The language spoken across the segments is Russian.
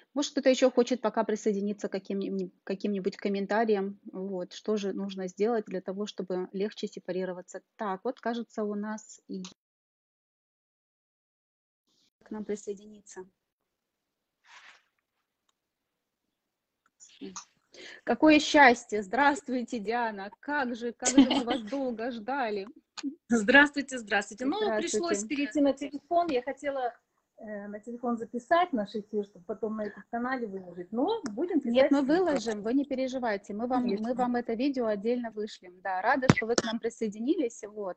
Может, кто-то еще хочет пока присоединиться к каким-нибудь комментариям. Вот, что же нужно сделать для того, чтобы легче сепарироваться. Так, вот, кажется, у нас и к нам присоединиться. Какое счастье! Здравствуйте, Диана! Как же мы вас долго ждали. Здравствуйте, здравствуйте. Ну, пришлось Здравствуйте. перейти на телефон. Я хотела на телефон записать наш эфир, чтобы потом на этом канале выложить. Но будем Нет, писать мы стихи. выложим, вы не переживайте, мы Конечно. вам это видео отдельно вышлем. Да, рада, что вы к нам присоединились. Вот.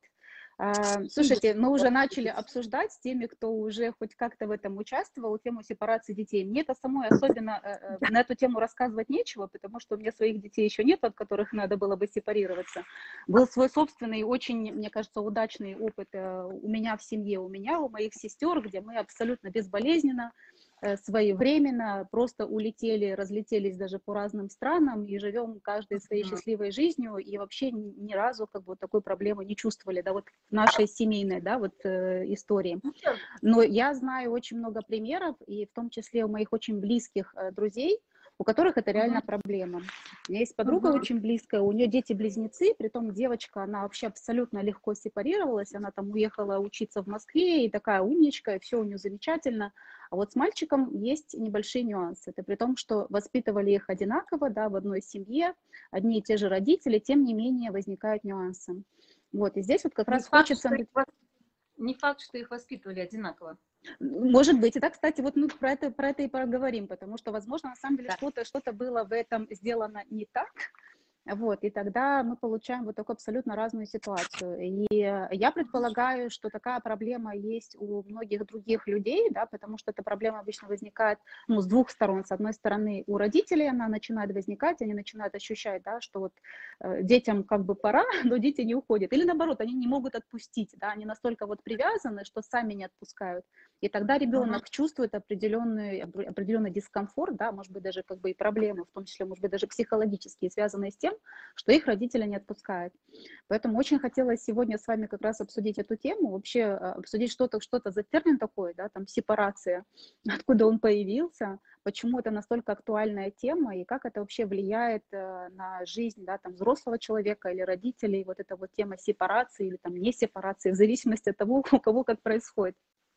И я Слушайте, мы уже начали благодарю. обсуждать с теми, кто уже хоть как-то в этом участвовал, тему сепарации детей. Мне-то самой особенно на эту тему рассказывать нечего, потому что у меня своих детей еще нет, от которых надо было бы сепарироваться. Был свой собственный, очень, мне кажется, удачный опыт у меня в семье, у моих сестер, где мы абсолютно безболезненно своевременно просто улетели, разлетелись даже по разным странам и живем каждой своей Мгм. счастливой жизнью и вообще ни разу как бы такой проблемы не чувствовали, да, вот в нашей семейной, да, вот истории. Ну, да. Но я знаю очень много примеров, и в том числе у моих очень близких друзей, у которых это реально Мгм. проблема. У меня есть подруга Мгм. очень близкая, у нее дети-близнецы, притом девочка, она вообще абсолютно легко сепарировалась, она там уехала учиться в Москве, и такая умничка, и все у нее замечательно. А вот с мальчиком есть небольшие нюансы. Это при том, что воспитывали их одинаково, да, в одной семье, одни и те же родители, тем не менее возникают нюансы. Вот, и здесь вот как Не раз факт, хочется. что не факт, что их воспитывали одинаково. Может быть. И так, кстати, вот мы про это и поговорим, потому что, возможно, на самом деле Да. что-то было в этом сделано не так, вот, и тогда мы получаем вот такую абсолютно разную ситуацию. И я предполагаю, что такая проблема есть у многих других людей, да, потому что эта проблема обычно возникает, ну, с двух сторон. С одной стороны, у родителей она начинает возникать, они начинают ощущать, да, что вот детям как бы пора, но дети не уходят. Или наоборот, они не могут отпустить, да, они настолько вот привязаны, что сами не отпускают. И тогда Мгм. ребенок чувствует определенный дискомфорт, да, может быть, даже как бы и проблемы, в том числе, может быть, даже психологические, связанные с тем, что их родители не отпускают. Поэтому очень хотелось сегодня с вами как раз обсудить эту тему, вообще обсудить что-то за термин такой, да, там сепарация, откуда он появился, почему это настолько актуальная тема и как это вообще влияет на жизнь, да, там взрослого человека или родителей, вот эта вот тема сепарации или там не сепарации, в зависимости от того, у кого как происходит.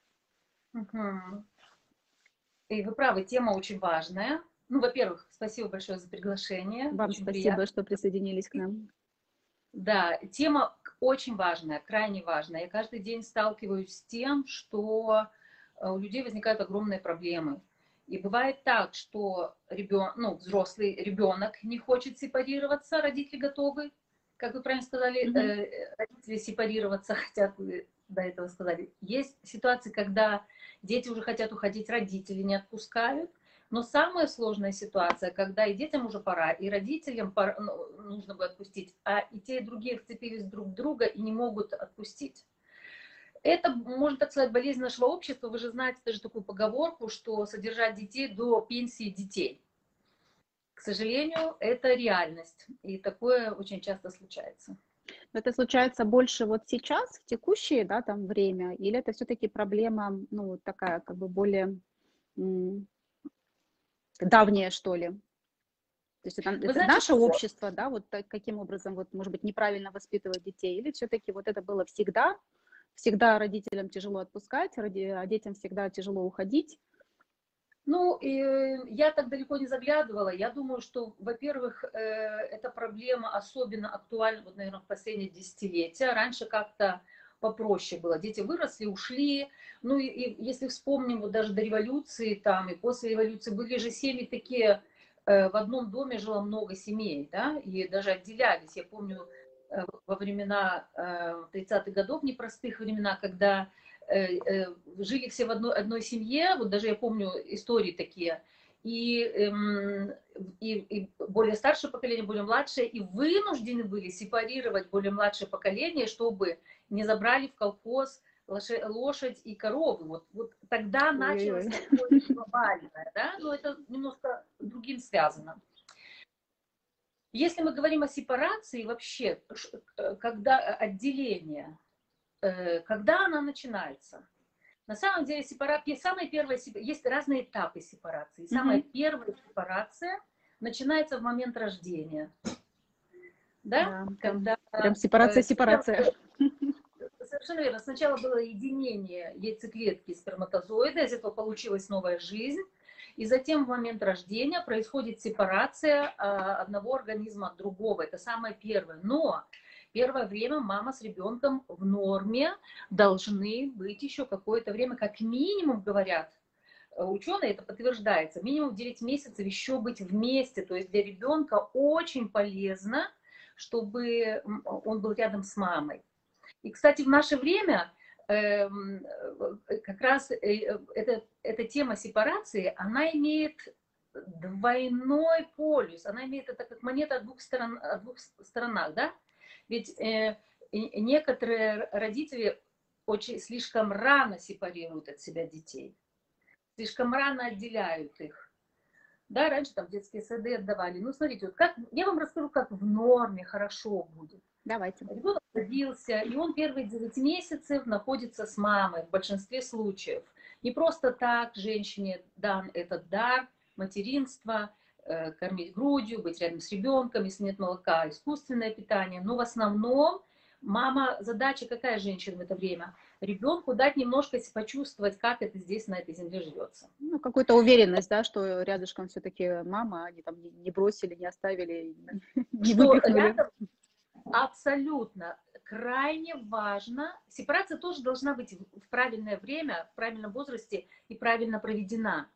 Мгм. И вы правы, тема очень важная. Ну, во-первых, спасибо большое за приглашение. Вам Очень спасибо, приятно. что присоединились к нам. Да, тема очень важная, крайне важная. Я каждый день сталкиваюсь с тем, что у людей возникают огромные проблемы. И бывает так, что ну, взрослый ребенок не хочет сепарироваться, родители готовы, как вы правильно сказали, Мгм. родители сепарироваться хотят, вы до этого сказали. Есть ситуации, когда дети уже хотят уходить, родители не отпускают. Но самая сложная ситуация, когда и детям уже пора, и родителям пора, ну, нужно бы отпустить, а и те, и другие вцепились друг в друга и не могут отпустить. Это, можно так сказать, болезнь нашего общества. Вы же знаете даже такую поговорку, что содержать детей до пенсии детей. К сожалению, это реальность. И такое очень часто случается. Это случается больше вот сейчас, в текущее, да, там время, или это все-таки проблема, ну, такая, как бы более м, давняя, что ли? То есть Вы это знаете, наше что общество, да, вот каким образом, вот, может быть, неправильно воспитывать детей, или все-таки вот это было всегда, всегда родителям тяжело отпускать, а детям всегда тяжело уходить. ну, и я так далеко не заглядывала. Я думаю, что, во-первых, эта проблема особенно актуальна, вот, наверное, в последние десятилетия. Раньше как-то попроще было. Дети выросли, ушли. Ну, и если вспомним, вот даже до революции там и после революции были же семьи такие, в одном доме жило много семей, да, и даже отделялись. Я помню, во времена 30-х годов, непростых времена, когда жили все в одной семье, вот даже я помню истории такие, и, и более старшее поколение, более младшее, и вынуждены были сепарировать более младшее поколение, чтобы не забрали в колхоз лошадь и коровы. Вот тогда Ой-ой-ой. началось такое глобальное, да, но это немножко с другим связано. Если мы говорим о сепарации вообще, когда отделение, когда она начинается? На самом деле, есть разные этапы сепарации. Самая Мгм. первая сепарация начинается в момент рождения, да, Да, там когда прям сепарация, сначала сепарация. совершенно верно. Сначала было единение яйцеклетки и сперматозоида, из этого получилась новая жизнь. И затем в момент рождения происходит сепарация одного организма от другого. Это самое первое. Но первое время мама с ребенком в норме должны быть еще какое-то время, как минимум, говорят, ученые, это подтверждается, минимум 9 месяцев еще быть вместе. То есть для ребенка очень полезно, чтобы он был рядом с мамой. И, кстати, в наше время как раз эта тема сепарации, она имеет двойной полюс. Она имеет это как монета о двух сторонах, да? Ведь некоторые родители очень слишком рано сепарируют от себя детей, слишком рано отделяют их. Да, раньше там детские сады отдавали. Ну, смотрите, вот как, я вам расскажу, как в норме хорошо будет. Давайте. Ребенок родился, и он первые 9 месяцев находится с мамой в большинстве случаев. Не просто так женщине дан этот дар материнства, кормить грудью, быть рядом с ребенком, если нет молока, искусственное питание. Но в основном мама, задача какая женщина в это время? Ребенку дать немножко почувствовать, как это здесь, на этой земле живется. Ну, какую-то уверенность, да, что рядышком все-таки мама, они там не бросили, не оставили, не Что выпихнули. рядом абсолютно крайне важно. Сепарация тоже должна быть в правильное время, в правильном возрасте и правильно проведена.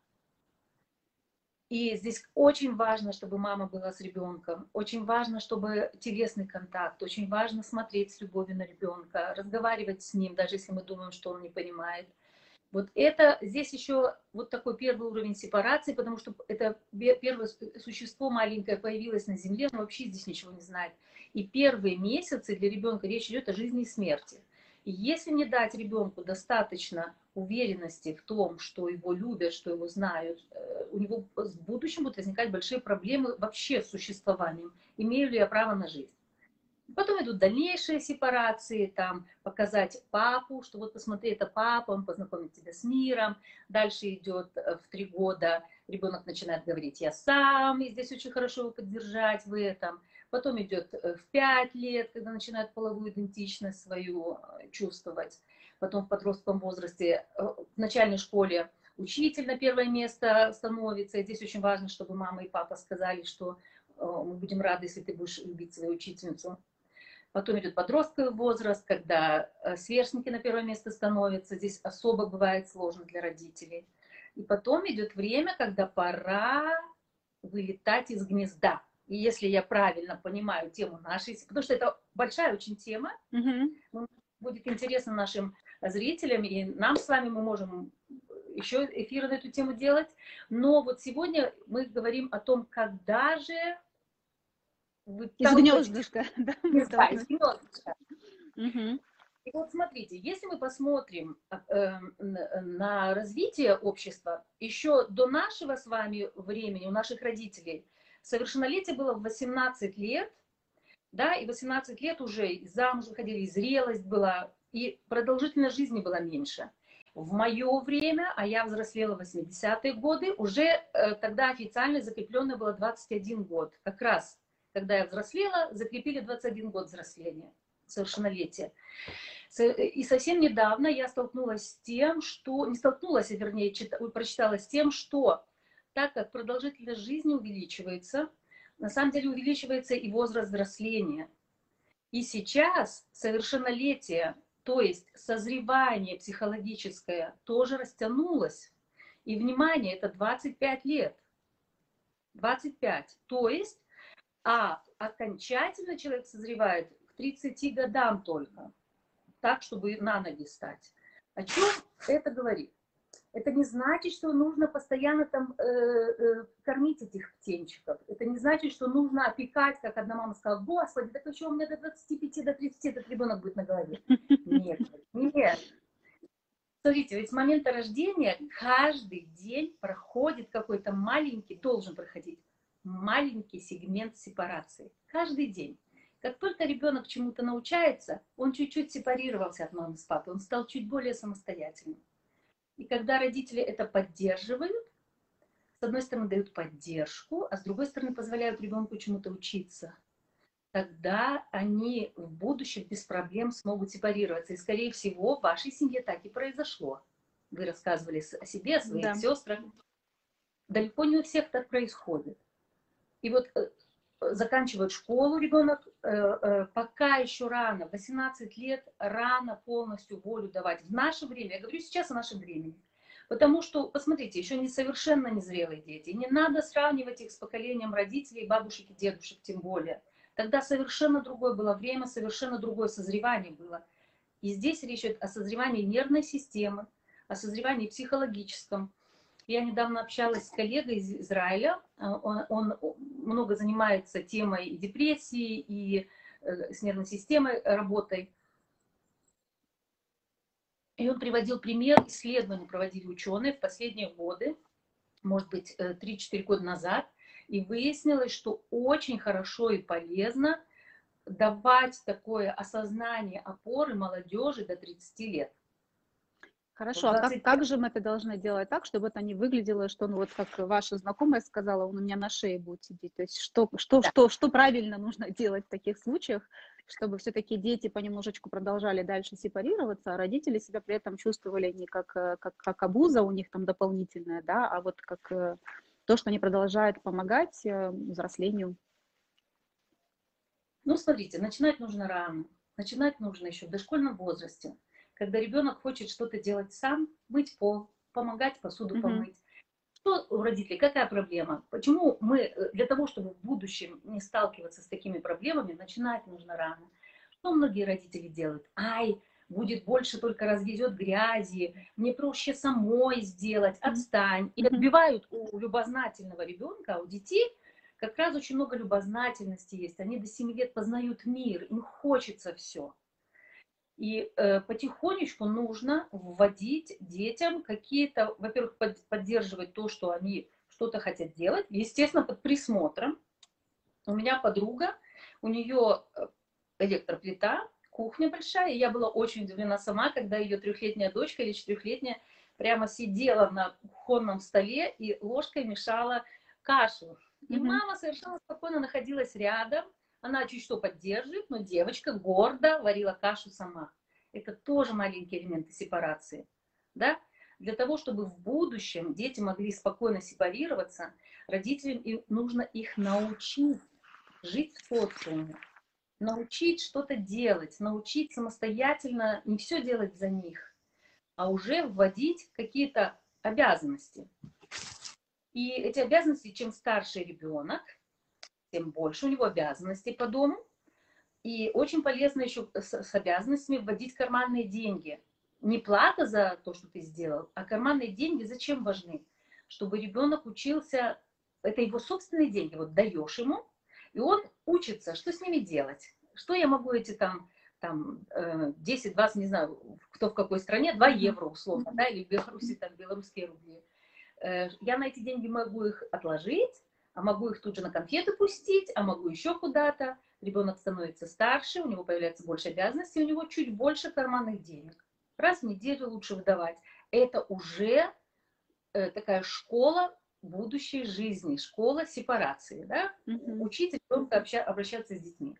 И здесь очень важно, чтобы мама была с ребенком. Очень важно, чтобы телесный контакт. Очень важно смотреть с любовью на ребенка, разговаривать с ним, даже если мы думаем, что он не понимает. Вот это здесь еще вот такой первый уровень сепарации, потому что это первое существо маленькое появилось на Земле, оно вообще здесь ничего не знает. И первые месяцы для ребенка речь идет о жизни и смерти. И если не дать ребенку достаточно уверенности в том, что его любят, что его знают, у него в будущем будут возникать большие проблемы вообще с существованием. Имею ли я право на жизнь? Потом идут дальнейшие сепарации, там показать папу, что вот посмотри, это папа, он познакомит тебя с миром. Дальше идет в 3 года ребенок начинает говорить «я сам», и здесь очень хорошо его поддержать в этом. Потом идет в 5 лет, когда начинает половую идентичность свою чувствовать. Потом в подростковом возрасте, в начальной школе учитель на первое место становится. И здесь очень важно, чтобы мама и папа сказали, что мы будем рады, если ты будешь любить свою учительницу. Потом идет подростковый возраст, когда сверстники на первое место становятся. Здесь особо бывает сложно для родителей. И потом идет время, когда пора вылетать из гнезда. И если я правильно понимаю тему нашей, потому что это большая очень тема, будет интересно нашим зрителям, и нам с вами мы можем еще эфиры на эту тему делать. Но вот сегодня мы говорим о том, когда же Из выталкивать гнездышка, да, из вытолкнуть. гнездышка. Мгм. И вот смотрите, если мы посмотрим на развитие общества, еще до нашего с вами времени, у наших родителей, совершеннолетие было в 18 лет, да, и 18 лет уже замуж выходили, и зрелость была, и продолжительность жизни была меньше. В мое время, а я взрослела в 80-е годы, уже тогда официально закрепленное было 21 год. Как раз, когда я взрослела, закрепили 21 год взросления, совершеннолетия. И совсем недавно я столкнулась с тем, что... Не столкнулась, а вернее, прочитала с тем, что так как продолжительность жизни увеличивается, на самом деле увеличивается и возраст взросления. И сейчас совершеннолетие, то есть созревание психологическое, тоже растянулось. И, внимание, это 25 лет. 25. То есть, окончательно человек созревает к 30 годам только. Так, чтобы на ноги стать. О чем это говорит? Это не значит, что нужно постоянно там кормить этих птенчиков. Это не значит, что нужно опекать, как одна мама сказала: Господи, так что у меня до 25, до 30 этот ребенок будет на голове. Нет, нет. Смотрите, ведь с момента рождения каждый день проходит какой-то маленький, должен проходить маленький сегмент сепарации. Каждый день. Как только ребенок чему-то научается, он чуть-чуть сепарировался от мамы с папой, он стал чуть более самостоятельным. И когда родители это поддерживают, с одной стороны дают поддержку, а с другой стороны позволяют ребенку чему-то учиться, тогда они в будущем без проблем смогут сепарироваться. И, скорее всего, в вашей семье так и произошло. Вы рассказывали о себе, о своих Да. сестрах. Далеко не у всех так происходит. И вот заканчивает школу ребенок, пока еще рано, 18 лет, рано полностью волю давать. В наше время, я говорю сейчас о нашем времени, потому что, посмотрите, еще несовершенно незрелые дети. Не надо сравнивать их с поколением родителей, бабушек и дедушек тем более. Тогда совершенно другое было время, совершенно другое созревание было. И здесь речь идет о созревании нервной системы, о созревании психологическом. Я недавно общалась с коллегой из Израиля. Он много занимается темой и депрессии, и с нервной системой работой. И он приводил пример, исследования проводили ученые в последние годы, может быть, 3-4 года назад, и выяснилось, что очень хорошо и полезно давать такое осознание опоры молодежи до 30 лет. Хорошо, а 25 как же мы это должны делать так, чтобы это не выглядело, что, ну вот как ваша знакомая сказала, он у меня на шее будет сидеть. То есть что правильно нужно делать в таких случаях, чтобы все-таки дети понемножечку продолжали дальше сепарироваться, а родители себя при этом чувствовали не как обуза у них там дополнительная, да, а вот как то, что они продолжают помогать взрослению. Ну, смотрите, начинать нужно рано. Начинать нужно еще в дошкольном возрасте, когда ребенок хочет что-то делать сам, мыть пол, помогать посуду Мгм. помыть. Что у родителей, какая проблема? Почему мы, для того, чтобы в будущем не сталкиваться с такими проблемами, начинать нужно рано? Что многие родители делают? Ай, будет больше, только развезет грязи, мне проще самой сделать, Мгм. отстань. И Мгм. отбивают у любознательного ребенка, у детей, как раз очень много любознательности есть. Они до 7 лет познают мир, им хочется все. И потихонечку нужно вводить детям какие-то, во-первых, поддерживать то, что они что-то хотят делать, естественно, под присмотром. У меня подруга, у нее электроплита, кухня большая, и я была очень удивлена сама, когда ее 3-летняя дочка или 4-летняя прямо сидела на кухонном столе и ложкой мешала кашу. И Мгм. мама совершенно спокойно находилась рядом, она чуть что поддерживает, но девочка гордо варила кашу сама. Это тоже маленькие элементы сепарации. Да? Для того, чтобы в будущем дети могли спокойно сепарироваться, родителям нужно их научить жить в социуме, научить что-то делать, научить самостоятельно не все делать за них, а уже вводить какие-то обязанности. И эти обязанности, чем старше ребенок, тем больше у него обязанностей по дому. И очень полезно еще с обязанностями вводить карманные деньги. Не плата за то, что ты сделал, а карманные деньги зачем важны? Чтобы ребенок учился, это его собственные деньги, вот даешь ему, и он учится, что с ними делать. Что я могу эти там 10-20, не знаю, кто в какой стране, 2 Мгм. евро условно, да, или в Беларуси там белорусские рубли. Я на эти деньги могу их отложить, а могу их тут же на конфеты пустить, а могу еще куда-то. Ребенок становится старше, у него появляется больше обязанностей, у него чуть больше карманных денег. Раз в неделю лучше выдавать. Это уже такая школа будущей жизни, школа сепарации. Да? Мгм. Учить ребенка обращаться с детьми.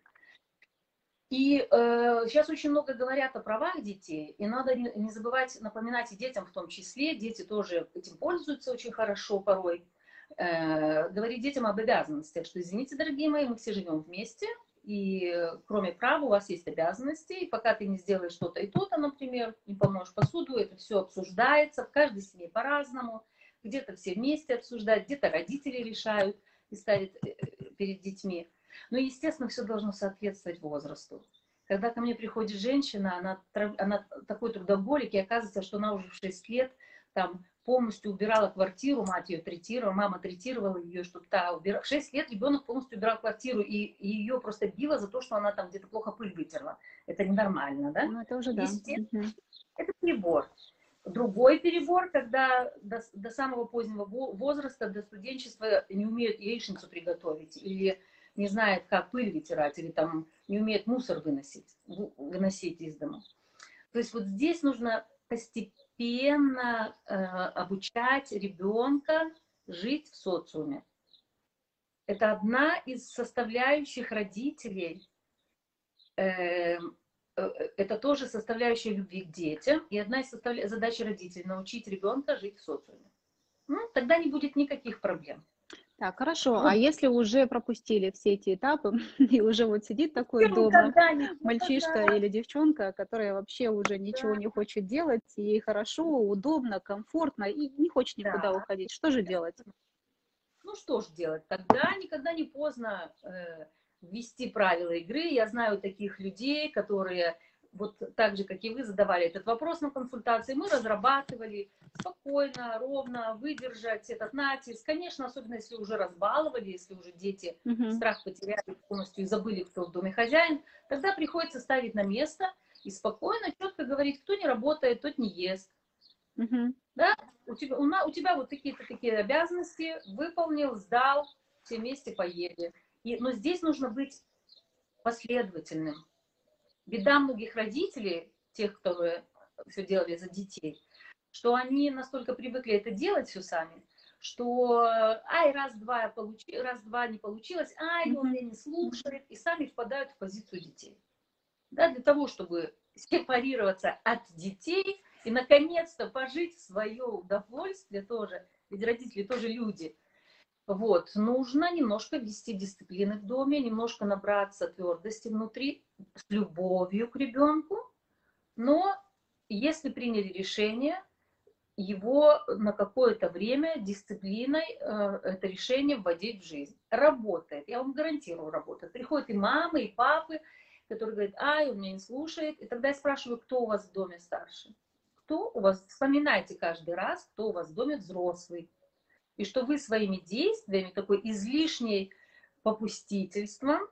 И сейчас очень много говорят о правах детей, и надо не забывать напоминать и детям в том числе, дети тоже этим пользуются очень хорошо порой, говорить детям об обязанностях, что, извините, дорогие мои, мы все живем вместе, и кроме права у вас есть обязанности, и пока ты не сделаешь что-то и то-то, например, не помоешь посуду, это все обсуждается, в каждой семье по-разному, где-то все вместе обсуждают, где-то родители решают и ставят перед детьми. Ну, естественно, все должно соответствовать возрасту. Когда ко мне приходит женщина, она такой трудоголик, и оказывается, что она уже в 6 лет там полностью убирала квартиру, мать ее третировала, мама третировала ее, чтобы та убирала. В 6 лет ребенок полностью убирал квартиру, и ее просто било за то, что она там где-то плохо пыль вытерла. Это ненормально, да? Ну, это уже да. Естественно, Мгм. это перебор. Другой перебор, когда до самого позднего возраста, до студенчества не умеют яичницу приготовить, или не знает, как пыль вытирать, или там не умеет мусор выносить из дома. То есть вот здесь нужно постепенно постепенно обучать ребенка жить в социуме. Это одна из составляющих родителей, это тоже составляющая любви к детям, и одна из задач родителей — научить ребенка жить в социуме. Ну, тогда не будет никаких проблем. Так, хорошо. Вот. А если уже пропустили все эти этапы, и уже вот сидит такой дома мальчишка или девчонка, которая вообще уже ничего не хочет делать, и ей хорошо, удобно, комфортно, и не хочет никуда уходить, что же делать? Ну, что же делать? Тогда никогда не поздно ввести правила игры. Я знаю таких людей, которые вот так же, как и вы, задавали этот вопрос на консультации. Мы разрабатывали спокойно, ровно, выдержать этот натиск. Конечно, особенно если уже разбаловали, если уже дети страх потеряли полностью и забыли, кто в доме хозяин, тогда приходится ставить на место и спокойно, четко говорить, кто не работает, тот не ест. Да? У тебя вот такие-то такие обязанности, выполнил, сдал, все вместе поели. Но здесь нужно быть последовательным. Беда многих родителей, тех, кто все делали за детей, что они настолько привыкли это делать все сами, что раз-два не получилось, он меня не слушает, и сами впадают в позицию детей. Да, для того, чтобы сепарироваться от детей и наконец-то пожить в свое удовольствие тоже, ведь родители тоже люди. Вот, нужно немножко ввести дисциплины в доме, немножко набраться твердости внутри, с любовью к ребенку, но если приняли решение, его на какое-то время дисциплиной это решение вводить в жизнь. Работает, я вам гарантирую, работает. Приходят и мамы, и папы, которые говорят, он меня не слушает. И тогда я спрашиваю, кто у вас в доме старший? Кто у вас? Вспоминайте каждый раз, кто у вас в доме взрослый. И что вы своими действиями, такой излишней попустительством,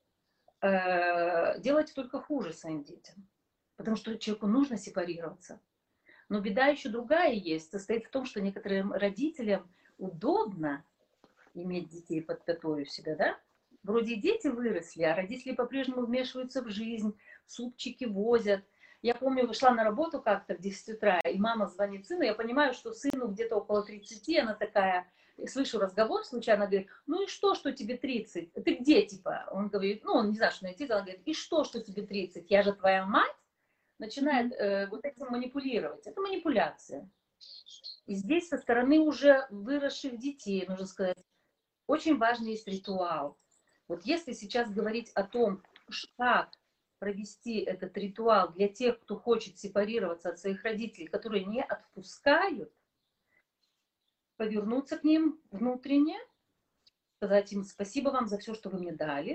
делаете только хуже своим детям. Потому что человеку нужно сепарироваться. Но беда еще другая есть, состоит в том, что некоторым родителям удобно иметь детей под пятой у себя, да? Вроде дети выросли, а родители по-прежнему вмешиваются в жизнь, супчики возят. Я помню, вышла на работу как-то в 10 утра, и мама звонит сыну, я понимаю, что сыну где-то около 30, она такая, слышу разговор случайно, говорит, ну и что тебе 30? Ты где, типа? Он говорит, он не знает, что найти, она говорит, и что тебе 30? Я же твоя мать? Начинает вот этим манипулировать. Это манипуляция. И здесь со стороны уже выросших детей, нужно сказать, очень важный есть ритуал. Вот если сейчас говорить о том, как провести этот ритуал для тех, кто хочет сепарироваться от своих родителей, которые не отпускают, повернуться к ним внутренне, сказать им спасибо вам за все, что вы мне дали.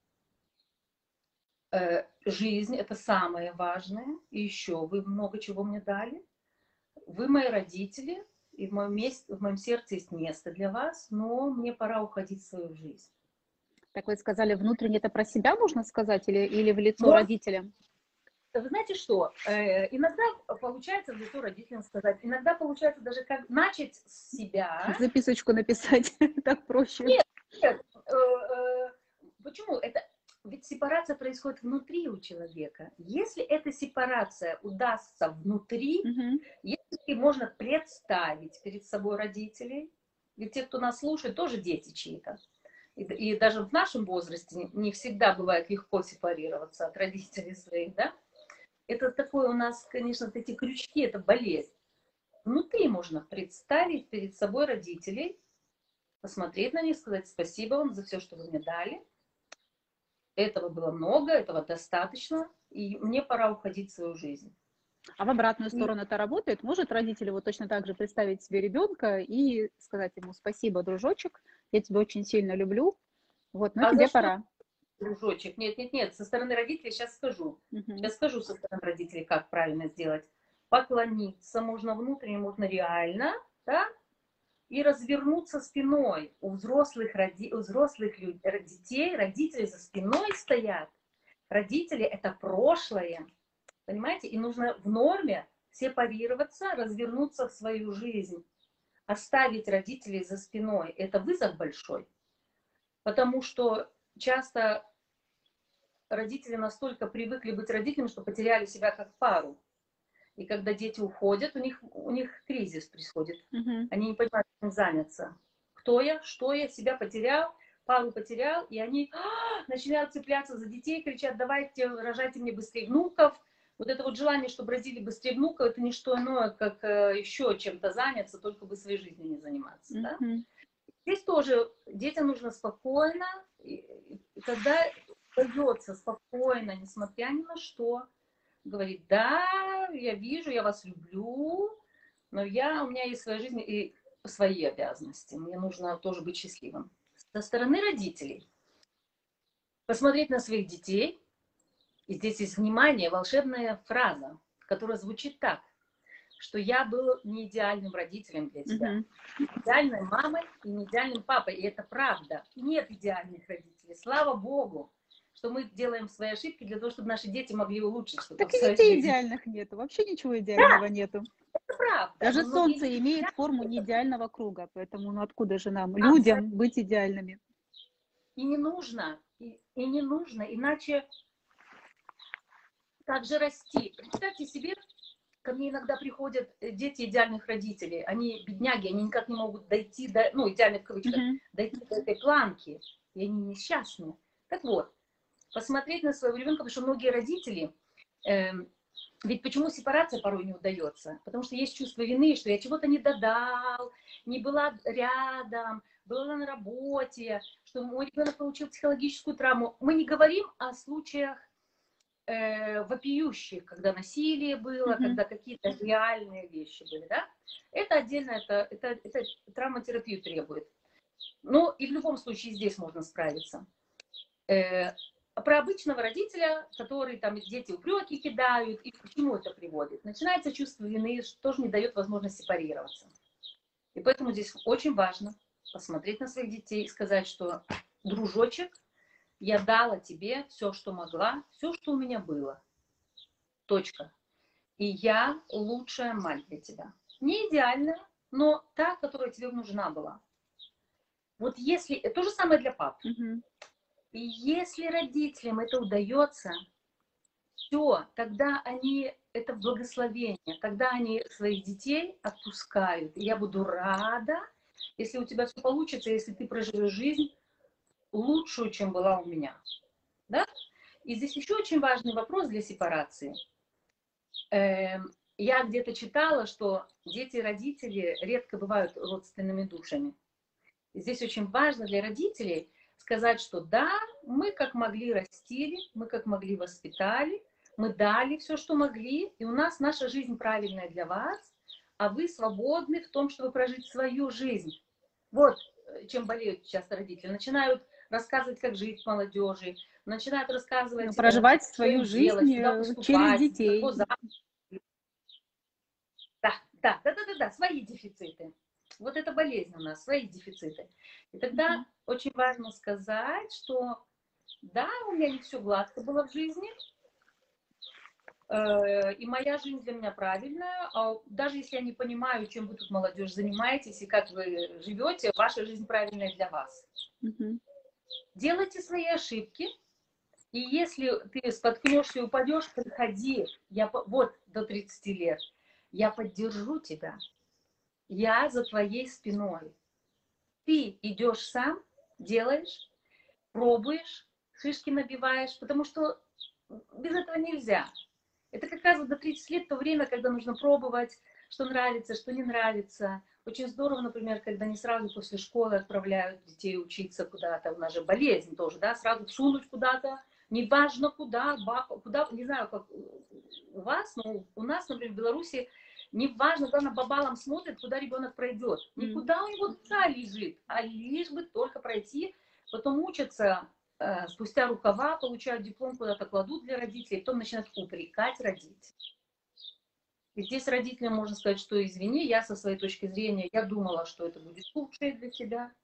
Жизнь — это самое важное. И еще вы много чего мне дали. Вы мои родители, и в моем сердце есть место для вас, но мне пора уходить в свою жизнь. Так вы сказали, внутренне это про себя можно сказать или в лицо родителям? Вы знаете что? Иногда получается в лицо родителям сказать, иногда получается даже как начать с себя. Записочку написать, так проще. Нет. Почему? Ведь сепарация происходит внутри у человека. Если эта сепарация удастся внутри, если можно представить перед собой родителей, ведь те, кто нас слушает, тоже дети чьи-то. И даже в нашем возрасте не всегда бывает легко сепарироваться от родителей своих, да? Это такое у нас, конечно, эти крючки, это болезнь. Внутри можно представить перед собой родителей, посмотреть на них, сказать спасибо вам за все, что вы мне дали. Этого было много, этого достаточно, и мне пора уходить в свою жизнь. А в обратную сторону это работает? Может родители вот точно так же представить себе ребенка и сказать ему спасибо, дружочек, я тебя очень сильно люблю, вот, но тебе пора. Дружочек, нет, со стороны родителей сейчас скажу. Сейчас скажу со стороны родителей, как правильно сделать. Поклониться можно внутренне, можно реально, да? И развернуться спиной. У взрослых детей, родители за спиной стоят. Родители — это прошлое. Понимаете? И нужно в норме сепарироваться, развернуться в свою жизнь. Оставить родителей за спиной — это вызов большой. Потому что часто родители настолько привыкли быть родителями, что потеряли себя как пару. И когда дети уходят, у них кризис происходит. Мгм. Они не понимают, чем заняться. Кто я, что я, себя потерял, пару потерял, и они начинают цепляться за детей, кричат: давайте, рожайте мне быстрее внуков. Вот это вот желание, чтобы родили быстрее внуков, это не что иное, как еще чем-то заняться, только бы своей жизнью не заниматься. Да? Мгм. Здесь тоже детям нужно спокойно, и когда дается спокойно, несмотря ни на что, говорит: да, я вижу, я вас люблю, но у меня есть своя жизнь и свои обязанности. Мне нужно тоже быть счастливым. Со стороны родителей посмотреть на своих детей, и здесь есть, внимание, волшебная фраза, которая звучит так, что я был не идеальным родителем для тебя, Мгм. не идеальной мамой и не идеальным папой. И это правда. Нет идеальных родителей. Слава Богу, что мы делаем свои ошибки для того, чтобы наши дети могли улучшить что-то Так в и своей детей жизни. идеальных нету, вообще ничего идеального нету. Это правда. Даже Но многие солнце люди имеет хотят форму это. неидеального круга, поэтому ну откуда же нам, людям, Абсолютно. быть идеальными? И не нужно. И не нужно. Иначе как же расти? Представьте себе, ко мне иногда приходят дети идеальных родителей. Они бедняги, они никак не могут дойти до, ну, идеальных в кавычках, Мгм. дойти до этой планки. И они несчастны. Так вот, посмотреть на своего ребенка, потому что многие родители, ведь почему сепарация порой не удается? Потому что есть чувство вины, что я чего-то не додал, не была рядом, была на работе, что мой ребенок получил психологическую травму. Мы не говорим о случаях вопиющих, когда насилие было, Мгм. когда какие-то реальные вещи были, да? Это отдельно, это травматерапию требует. Ну, и в любом случае здесь можно справиться. Про обычного родителя, который там дети упреки кидают, и к чему это приводит? Начинается чувство вины, что тоже не дает возможность сепарироваться. И поэтому здесь очень важно посмотреть на своих детей и сказать, что, дружочек, я дала тебе все, что могла, все, что у меня было. Точка. И я лучшая мать для тебя. Не идеальная, но та, которая тебе нужна была. Вот если... То же самое для пап. Мгм. И если родителям это удается, все, тогда они, это благословение, тогда они своих детей отпускают. И я буду рада, если у тебя все получится, если ты проживешь жизнь лучшую, чем была у меня. Да? И здесь еще очень важный вопрос для сепарации. Я где-то читала, что дети и родители редко бывают родственными душами. И здесь очень важно для родителей сказать, что да, мы как могли растили, мы как могли воспитали, мы дали все, что могли, и у нас наша жизнь правильная для вас, а вы свободны в том, чтобы прожить свою жизнь. Вот чем болеют часто родители. Начинают рассказывать, как жить молодежи, начинают рассказывать, Проживать что свою им делать, жизнь куда через поступать, за кого детей. замуж. Да, свои дефициты. Вот это болезнь у нас, свои дефициты. И тогда Мгм. очень важно сказать, что да, у меня не все гладко было в жизни, и моя жизнь для меня правильная, а даже если я не понимаю, чем вы тут, молодежь, занимаетесь и как вы живете, ваша жизнь правильная для вас. Мгм. Делайте свои ошибки, и если ты споткнешься и упадешь, приходи, вот до 30 лет, я поддержу тебя, я за твоей спиной. Ты идешь сам, делаешь, пробуешь, шишки набиваешь, потому что без этого нельзя. Это как раз вот до 30 лет то время, когда нужно пробовать, что нравится, что не нравится. Очень здорово, например, когда не сразу после школы отправляют детей учиться куда-то. У нас же болезнь тоже, да, сразу всунуть куда-то, неважно куда, не знаю, как у вас, но у нас, например, в Беларуси, неважно, главное, бабалам смотрят, куда ребенок пройдет. Никуда у него душа лежит, а лишь бы только пройти, потом учатся, спустя рукава, получают диплом, куда-то кладут для родителей, потом начинают упрекать родителей. И здесь родителям можно сказать, что извини, я со своей точки зрения, я думала, что это будет лучшее для тебя.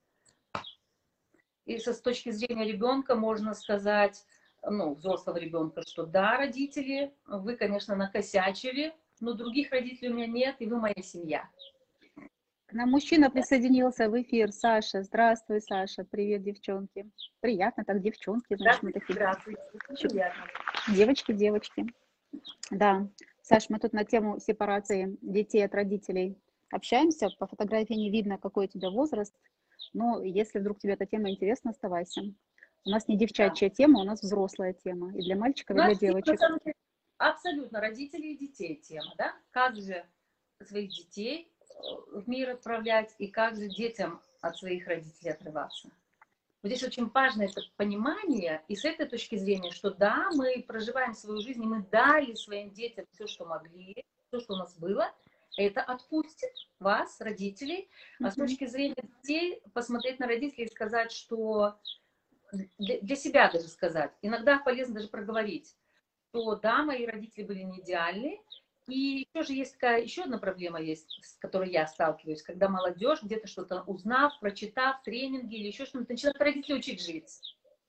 И с точки зрения ребенка можно сказать, ну, взрослого ребенка, что да, родители, вы, конечно, накосячили, но других родителей у меня нет, и вы моя семья. К нам мужчина Да? присоединился в эфир. Саша, здравствуй, Саша. Привет, девчонки. Приятно, так девчонки, значит, мы Здравствуйте, такие здравствуйте. Очень приятно. девочки. Да. Саш, мы тут на тему сепарации детей от родителей общаемся. По фотографии не видно, какой у тебя возраст. Но если вдруг тебе эта тема интересна, оставайся. У нас не Да. девчачья тема, у нас взрослая тема. И для У мальчиков, и для нас, на девочек. самом деле, абсолютно родители и детей тема, да? Как же своих детей в мир отправлять и как же детям от своих родителей отрываться. Вот здесь очень важно это понимание, и с этой точки зрения, что да, мы проживаем свою жизнь, и мы дали своим детям все, что могли, все, что у нас было, это отпустит вас, родителей. А с точки зрения детей, посмотреть на родителей и сказать, что для себя даже сказать, иногда полезно даже проговорить, что да, мои родители были не идеальны, и еще же есть такая, еще одна проблема есть, с которой я сталкиваюсь, когда молодежь, где-то что-то узнав, прочитав, тренинги или еще что-то, начинает родители учить жить.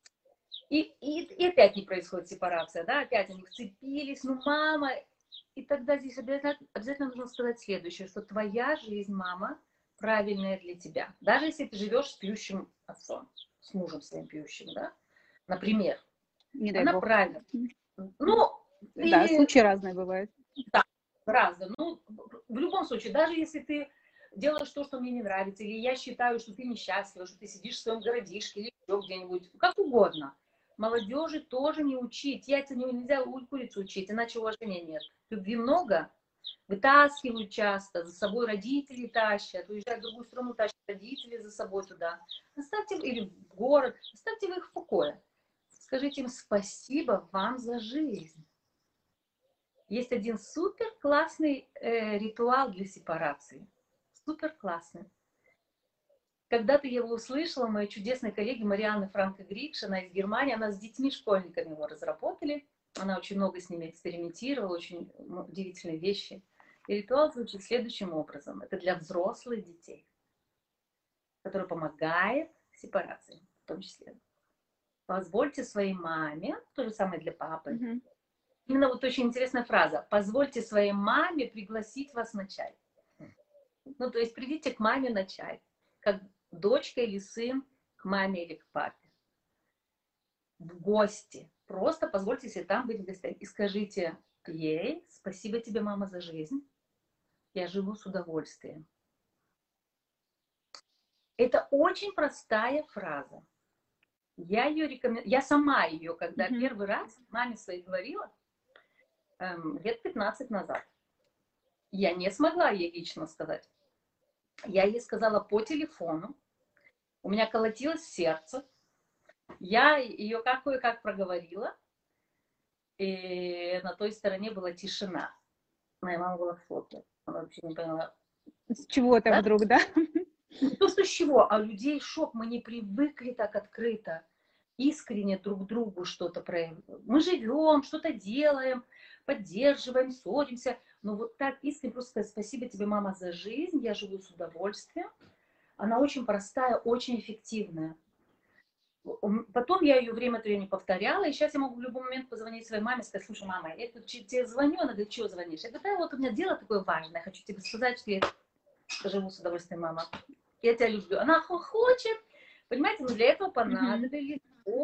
И опять не происходит сепарация, да, опять они вцепились, ну мама, и тогда здесь обязательно нужно сказать следующее, что твоя жизнь, мама, правильная для тебя. Даже если ты живешь с пьющим отцом, с мужем своим пьющим, да, например, Не дай она бог. правильная. Ну, Да, или случаи разные бывают. да, разные. Ну, в любом случае, даже если ты делаешь то, что мне не нравится, или я считаю, что ты несчастлива, что ты сидишь в своем городишке или еще где-нибудь, как угодно. Молодежи тоже не учить. Яйца нельзя курицу учить, иначе уважения нет. Любви много, вытаскивают часто, за собой родители тащат, уезжают в другую страну, тащат родители за собой туда. Оставьте, или в город, оставьте вы их в покое. Скажите им спасибо вам за жизнь. Есть один супер классный ритуал для сепарации. Супер классный. Когда-то я его услышала, моей чудесной коллеги Марианны Франко-Грикш, она из Германии, она с детьми-школьниками его разработали. Она очень много с ними экспериментировала, очень удивительные вещи. И ритуал звучит следующим образом. Это для взрослых детей, который помогает сепарации, в том числе. Позвольте своей маме, то же самое для папы. Именно вот очень интересная фраза. Позвольте своей маме пригласить вас на чай. Ну, то есть придите к маме на чай. Как дочка или сын к маме или к папе. В гости. Просто позвольте себе там быть в гостях. И скажите ей: спасибо тебе, мама, за жизнь. Я живу с удовольствием. Это очень простая фраза. Я сама ее, когда первый раз маме своей говорила, лет 15 назад, я не смогла ей лично сказать. Я ей сказала по телефону, у меня колотилось сердце, я ее кое-как проговорила, и на той стороне была тишина. Моя мама была в шоке, она вообще не поняла. С чего-то да? вдруг, да? Не то, что с чего, а у людей шок, мы не привыкли так открыто, искренне друг другу что-то проявлять. Мы живем, что-то делаем, поддерживаем, ссоримся, но вот так искренне просто сказать: спасибо тебе, мама, за жизнь, я живу с удовольствием. Она очень простая, очень эффективная. Потом я ее время от времени повторяла, и сейчас я могу в любой момент позвонить своей маме и сказать: слушай, мама, я тут тебе звоню. Она говорит: чего звонишь? Я говорю: да, вот у меня дело такое важное, хочу тебе сказать, что я живу с удовольствием, мама. Я тебя люблю. Она хочет, понимаете, но для этого понадобились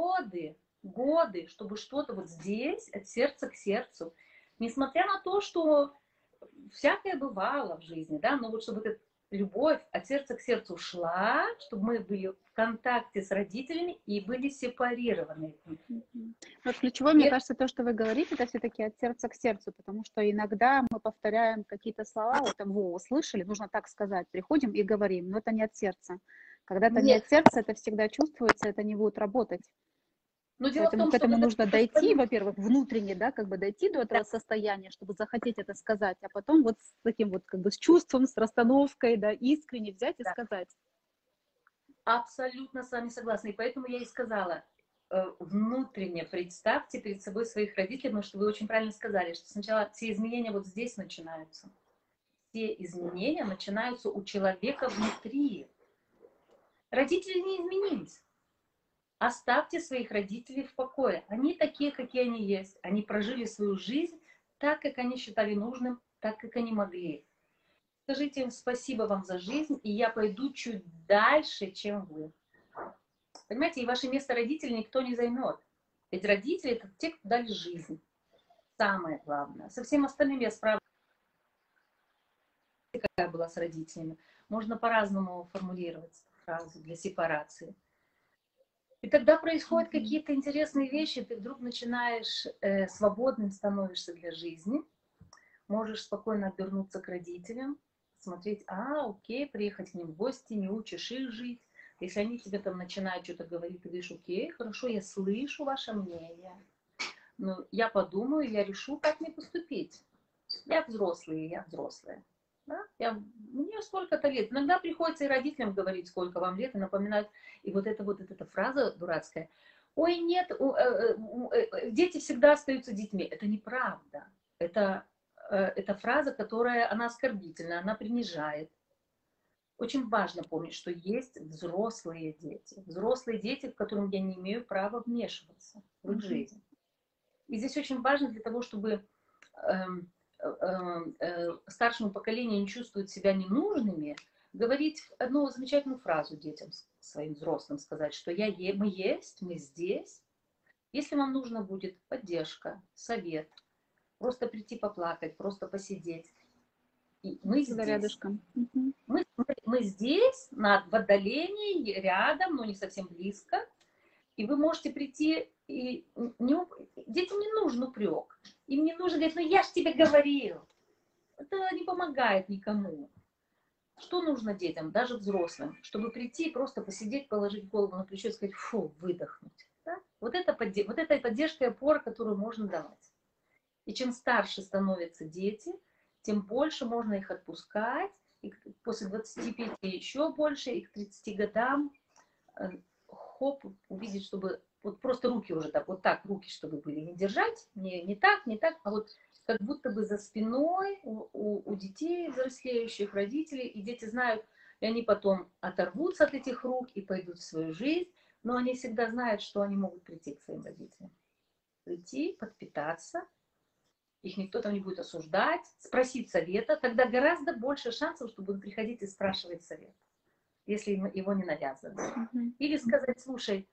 годы, чтобы что-то вот здесь, от сердца к сердцу. Несмотря на то, что всякое бывало в жизни, да, но вот чтобы эта любовь от сердца к сердцу шла, чтобы мы были в контакте с родителями и были сепарированы. Вот ключевое, мне кажется, то, что вы говорите, это все-таки от сердца к сердцу, потому что иногда мы повторяем какие-то слова, вот там, во, услышали, нужно так сказать, приходим и говорим, но это не от сердца. Когда это не от сердца, это всегда чувствуется, это не будет работать. Но дело в Поэтому том, к что этому когда нужно дойти, во-первых, внутренне, да, как бы дойти до этого состояния, чтобы захотеть это сказать, а потом вот с таким вот, как бы с чувством, с расстановкой, да, искренне взять и сказать. Абсолютно с вами согласна. И поэтому я и сказала, внутренне представьте перед собой своих родителей, потому что вы очень правильно сказали, что сначала все изменения вот здесь начинаются. Все изменения начинаются у человека внутри. Родители не изменились. Оставьте своих родителей в покое. Они такие, какие они есть. Они прожили свою жизнь так, как они считали нужным, так, как они могли. Скажите им: спасибо вам за жизнь, и я пойду чуть дальше, чем вы. Понимаете, и ваше место родителей никто не займет. Ведь родители — это те, кто дали жизнь. самое главное. Со всем остальным я справлюсь, какая была с родителями. Можно по-разному формулировать фразу для сепарации. И тогда происходят какие-то интересные вещи, ты вдруг начинаешь свободным становишься для жизни, можешь спокойно обернуться к родителям, смотреть, окей, приехать к ним в гости, не учишь их жить. Если они тебе там начинают что-то говорить, ты говоришь, окей, хорошо, я слышу ваше мнение, но я подумаю, я решу, как мне поступить. Я взрослая. Да? Мне столько-то лет. Иногда приходится и родителям говорить, сколько вам лет, и напоминать. И вот эта фраза дурацкая. Ой, нет, дети всегда остаются детьми. Это неправда. Это фраза, которая, она оскорбительная, она принижает. Очень важно помнить, что есть взрослые дети, в которых я не имею права вмешиваться в их жизнь. И здесь очень важно для того, чтобы старшему поколению не чувствовать себя ненужными, говорить одну замечательную фразу детям, своим взрослым, сказать, что мы есть, мы здесь. Если вам нужна будет поддержка, совет, просто прийти поплакать, просто посидеть, и мы здесь. Рядышком. Мы здесь, в отдалении, рядом, но не совсем близко. И вы можете прийти, и детям не нужен упрек. Им не нужно говорить, я ж тебе говорил. Это не помогает никому. Что нужно детям, даже взрослым? Чтобы прийти, просто посидеть, положить голову на плечо и сказать, фу, выдохнуть. Да? Вот это поддержка и опора, которую можно давать. И чем старше становятся дети, тем больше можно их отпускать. И после 25 еще больше, и к 30 годам увидеть, чтобы вот просто руки уже так руки, чтобы были, не держать, не так, а вот как будто бы за спиной у детей, взрослеющих, родителей, и дети знают, и они потом оторвутся от этих рук и пойдут в свою жизнь, но они всегда знают, что они могут прийти к своим родителям. Прийти, подпитаться, их никто там не будет осуждать, спросить совета, тогда гораздо больше шансов, что будут приходить и спрашивать совет, если его не навязывают. Или сказать, слушай,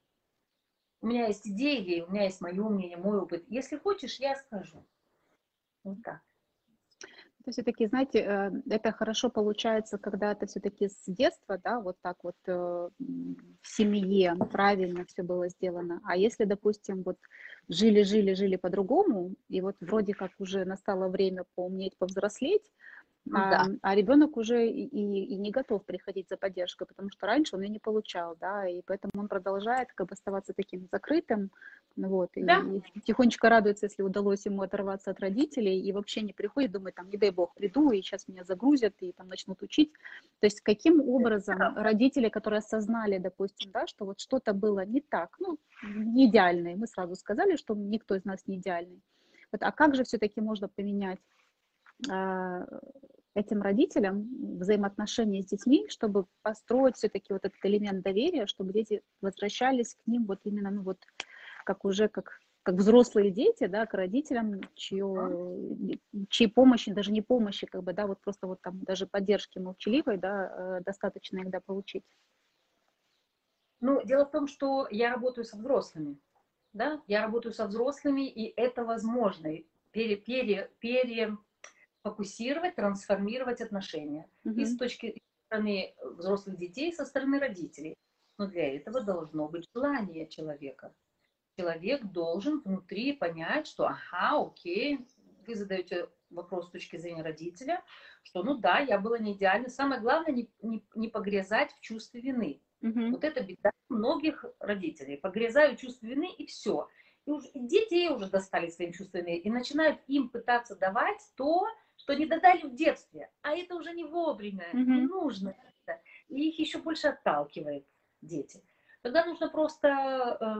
у меня есть идеи, или у меня есть мое мнение, мой опыт. Если хочешь, я скажу. Вот так. То все-таки, знаете, это хорошо получается, когда это все-таки с детства, да, вот так вот в семье правильно все было сделано. А если, допустим, вот жили по-другому, и вот вроде как уже настало время поумнеть, повзрослеть, а ребенок уже и не готов приходить за поддержкой, потому что раньше он ее не получал, да, и поэтому он продолжает как бы оставаться таким закрытым, вот, Да. и тихонечко радуется, если удалось ему оторваться от родителей, и вообще не приходит, думает, там, не дай бог, приду, и сейчас меня загрузят, и там начнут учить. То есть каким образом родители, которые осознали, допустим, да, что вот что-то было не так, ну, не идеально, и мы сразу сказали, что никто из нас не идеальный, вот, а как же все-таки можно поменять этим родителям взаимоотношения с детьми, чтобы построить все-таки вот этот элемент доверия, чтобы дети возвращались к ним вот именно, ну вот, как уже как взрослые дети, да, к родителям, чьей помощи, даже не помощи, как бы, да, вот просто вот там даже поддержки молчаливой, да, достаточно иногда получить. Ну, дело в том, что я работаю со взрослыми, да, и это возможно фокусировать, трансформировать отношения. И с точки стороны взрослых детей, со стороны родителей. Но для этого должно быть желание человека. Человек должен внутри понять, что окей, вы задаете вопрос с точки зрения родителя, что ну да, я была не идеальна. Самое главное не погрязать в чувстве вины. Вот это беда многих родителей. Погрязают в чувстве вины и все. И детей уже достали своим чувством вины и начинают им пытаться давать то, что не додали в детстве. А это уже не вовремя, не нужно это. И их еще больше отталкивает дети. Тогда нужно просто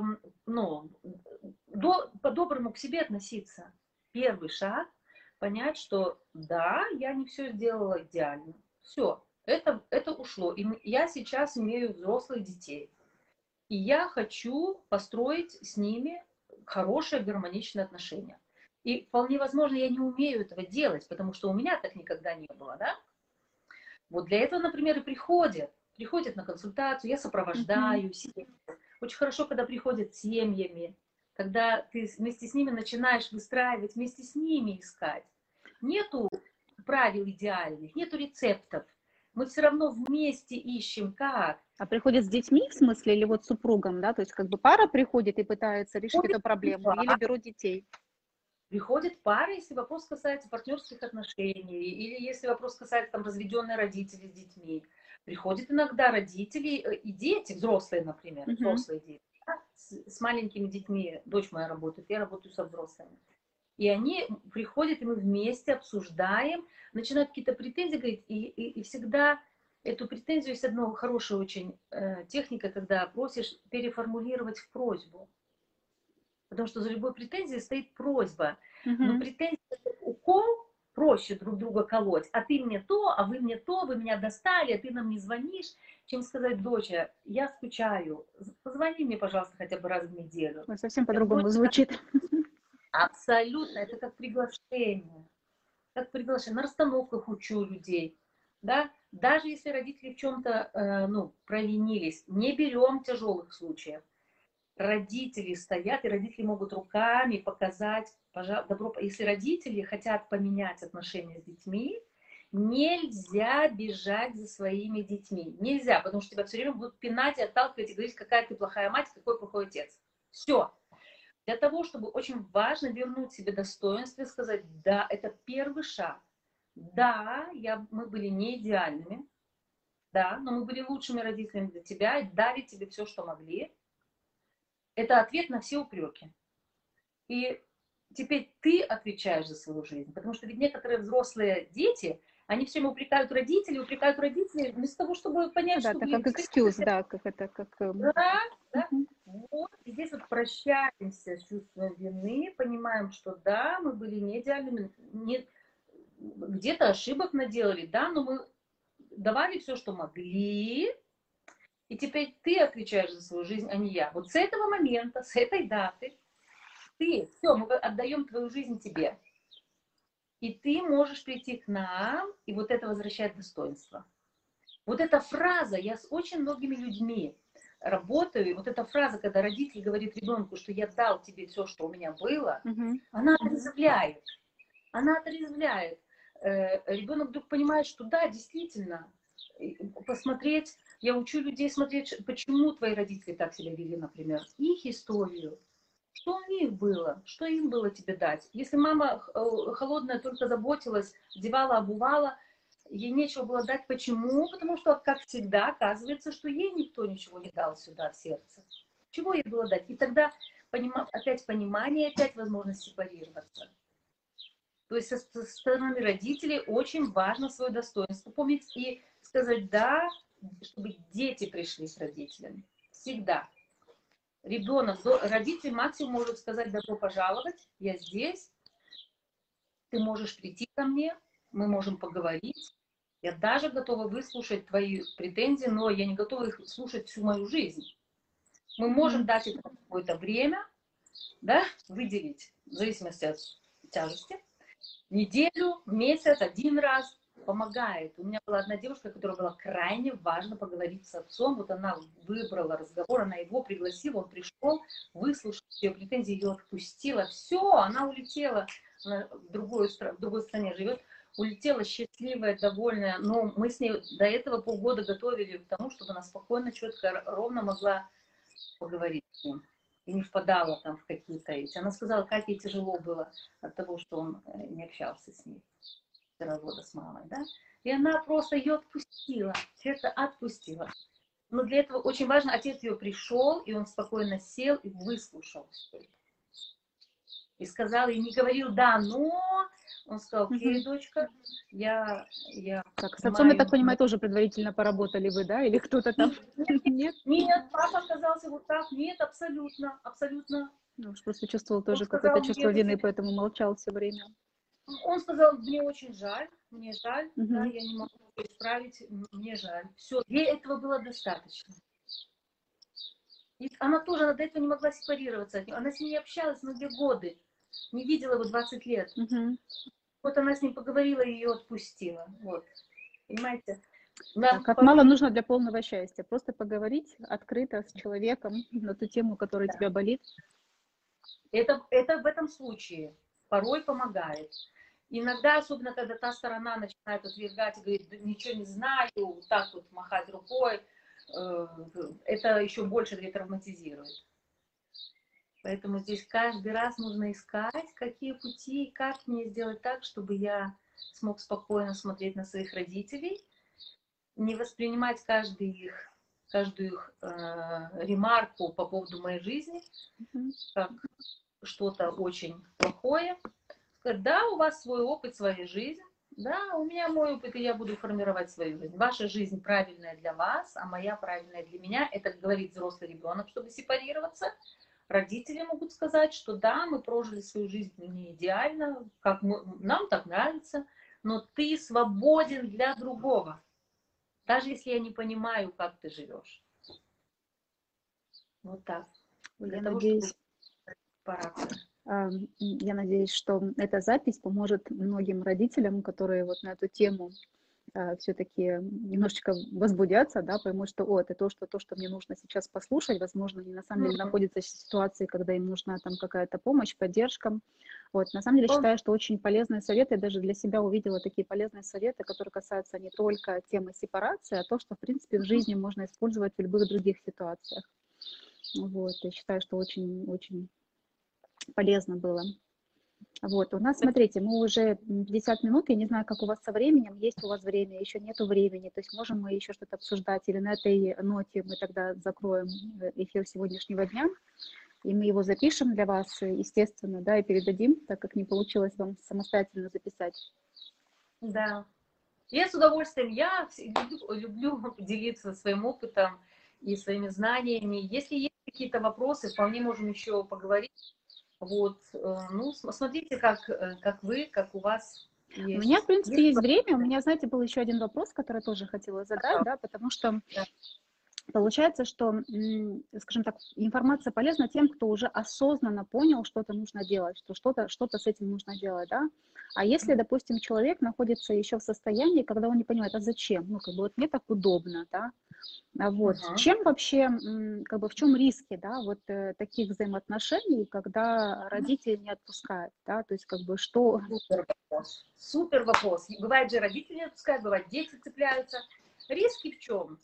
по-доброму к себе относиться. Первый шаг – понять, что да, я не все сделала идеально. Все, это ушло. И я сейчас имею взрослых детей. И я хочу построить с ними хорошие гармоничные отношения. И вполне возможно, я не умею этого делать, потому что у меня так никогда не было, да? Вот для этого, например, и приходят на консультацию, я сопровождаю семьи. Очень хорошо, когда приходят семьями, когда ты вместе с ними начинаешь выстраивать, вместе с ними искать. Нету правил идеальных, нету рецептов. Мы все равно вместе ищем, как. А приходят с детьми, в смысле, или вот с супругом, да? То есть как бы пара приходит и пытается решить Приходит эту проблему, или пара, берут детей? приходит пара, если вопрос касается партнерских отношений, или если вопрос касается там разведенные родители с детьми. Приходят иногда родители и дети, взрослые, например, Мгм. взрослые дети, да, с маленькими детьми. Дочь моя работает, я работаю со взрослыми. И они приходят, и мы вместе обсуждаем, начинают какие-то претензии говорить, и всегда эту претензию есть одна хорошая очень техника, когда просишь переформулировать в просьбу. Потому что за любой претензией стоит просьба. Но Мгм. претензия, укол, проще друг друга колоть. А ты мне то, а вы мне то, вы меня достали, а ты нам не звонишь. Чем сказать, доча, я скучаю, позвони мне, пожалуйста, хотя бы раз в неделю. Ой, совсем Я по-другому точно, звучит. абсолютно, это как приглашение. Как приглашение. На расстановках учу людей. Да? Даже если родители в чем-то провинились, не берем тяжелых случаев. Родители стоят, и родители могут руками показать, добро, если родители хотят поменять отношения с детьми, нельзя бежать за своими детьми. Нельзя, потому что тебя все время будут пинать и отталкивать и говорить, какая ты плохая мать, какой плохой отец. Все. Для того, чтобы очень важно вернуть себе достоинство и сказать, да, это первый шаг. Да, мы были не идеальными, да, но мы были лучшими родителями для тебя и дали тебе все, что могли. Это ответ на все упреки. И теперь ты отвечаешь за свою жизнь. Потому что ведь некоторые взрослые дети, они все время упрекают родителей, вместо того, чтобы Ну понять, да, что, это как блин, теперь экскьюз, да, как это, как... да, да. Мгм. Вот, и здесь вот прощаемся с чувством вины, понимаем, что да, мы были не идеальными, где-то ошибок наделали, да, но мы давали все, что могли, и теперь ты отвечаешь за свою жизнь, а не я. Вот с этого момента, с этой даты, все, мы отдаем твою жизнь тебе. И ты можешь прийти к нам, и вот это возвращает достоинство. Вот эта фраза, я с очень многими людьми работаю, и вот эта фраза, когда родитель говорит ребенку, что я дал тебе все, что у меня было, Мгм. она отрезвляет. Она отрезвляет. Ребенок вдруг понимает, что да, действительно, посмотреть, я учу людей смотреть, почему твои родители так себя вели, например, их историю, что у них было, что им было тебе дать. Если мама холодная только заботилась, одевала, обувала, ей нечего было дать. Почему? Потому что, как всегда, оказывается, что ей никто ничего не дал сюда, в сердце. Чего ей было дать? И тогда опять понимание, опять возможность сепарироваться. То есть со стороны родителей очень важно свое достоинство помнить и сказать «да», чтобы дети пришли с родителями. Всегда. Ребенок, родитель максимум может сказать «добро пожаловать, я здесь, ты можешь прийти ко мне, мы можем поговорить». Я даже готова выслушать твои претензии, но я не готова их слушать всю мою жизнь. Мы можем Мгм. дать это какое-то время, да, выделить, в зависимости от тяжести, неделю, месяц, один раз помогает. У меня была одна девушка, которая была крайне важно поговорить с отцом. Вот она выбрала разговор, она его пригласила, он пришел, выслушал ее претензии, ее отпустила. Все, она улетела, она в другой стране живет, улетела счастливая, довольная. Но мы с ней до этого полгода готовили к тому, чтобы она спокойно, четко, ровно могла поговорить с ним. И не впадала там в какие-то эти. Она сказала, как ей тяжело было от того, что он не общался с ней. 4 года с мамой, да? И она просто ее отпустила. Это отпустила. Но для этого очень важно, отец ее пришел, и он спокойно сел и выслушал все это. И сказал, и не говорил, да, но... Он сказал, окей, Мгм. дочка, я Так, с отцом, я так понимаю. понимаю, тоже предварительно поработали вы, да? Или кто-то там? Нет? Нет, папа оказался вот так. Нет, абсолютно, абсолютно. Ну, уж просто чувствовал Он тоже какое-то сказал, мне чувство вины, очень поэтому молчал все время. Он сказал, мне очень жаль, мне жаль, да, Мгм. я не могу исправить, мне жаль. Все, ей этого было достаточно. И она тоже, она до этого не могла сепарироваться от него. Она с ним не общалась многие годы, не видела его 20 лет. Мгм. Вот она с ним поговорила и ее отпустила. Вот, понимаете? Да, Да, как мало порой, нужно для полного счастья. Просто поговорить открыто с человеком на ту тему, которая да, тебя болит. Это в этом случае порой помогает. Иногда, особенно когда та сторона начинает отвергать и говорит, да ничего не знаю, вот так вот махать рукой, это еще больше ретравматизирует. Поэтому здесь каждый раз нужно искать, какие пути, и как мне сделать так, чтобы я смог спокойно смотреть на своих родителей, не воспринимать каждую их ремарку по поводу моей жизни как что-то очень плохое. Сказать, да, у вас свой опыт, своя жизнь, да, у меня мой опыт, и я буду формировать свою жизнь. Ваша жизнь правильная для вас, а моя правильная для меня. Это говорит взрослый ребенок, чтобы сепарироваться. Родители могут сказать, что да, мы прожили свою жизнь не идеально, как нам так нравится, но ты свободен для другого, даже если я не понимаю, как ты живешь. Вот так. Для Я того, чтобы... надеюсь, я надеюсь, что эта запись поможет многим родителям, которые вот на эту тему все-таки немножечко возбудятся, да, поймут, что, о, это то, что мне нужно сейчас послушать, возможно, они на самом деле находятся в ситуации, когда им нужна там какая-то помощь, поддержка. Вот, на самом деле считаю, что очень полезные советы, я даже для себя увидела такие полезные советы, которые касаются не только темы сепарации, а то, что, в принципе, в жизни можно использовать в любых других ситуациях. Вот, я считаю, что очень-очень полезно было. Вот, у нас, смотрите, мы уже 50 минут, я не знаю, как у вас со временем, есть у вас время, еще нету времени, то есть можем мы еще что-то обсуждать, или на этой ноте мы тогда закроем эфир сегодняшнего дня, и мы его запишем для вас, естественно, да, и передадим, так как не получилось вам самостоятельно записать. Да. Я с удовольствием, я люблю делиться своим опытом и своими знаниями. Если есть какие-то вопросы, вполне можем еще поговорить. Вот, ну, смотрите, как вы, как у вас есть. У меня, в принципе, есть время. У меня, знаете, был еще один вопрос, который тоже хотела задать, да, потому что получается, что, скажем так, информация полезна тем, кто уже осознанно понял, что-то нужно делать, что что-то с этим нужно делать, да. А если, допустим, человек находится еще в состоянии, когда он не понимает, а зачем? Ну, как бы вот мне так удобно, да. Вот. Чем вообще, как бы в чем риски, да, вот таких взаимоотношений, когда родители не отпускают, да, то есть как бы что... Супер вопрос. Супер вопрос. Бывает же родители не отпускают, бывает дети цепляются. Риски в чем?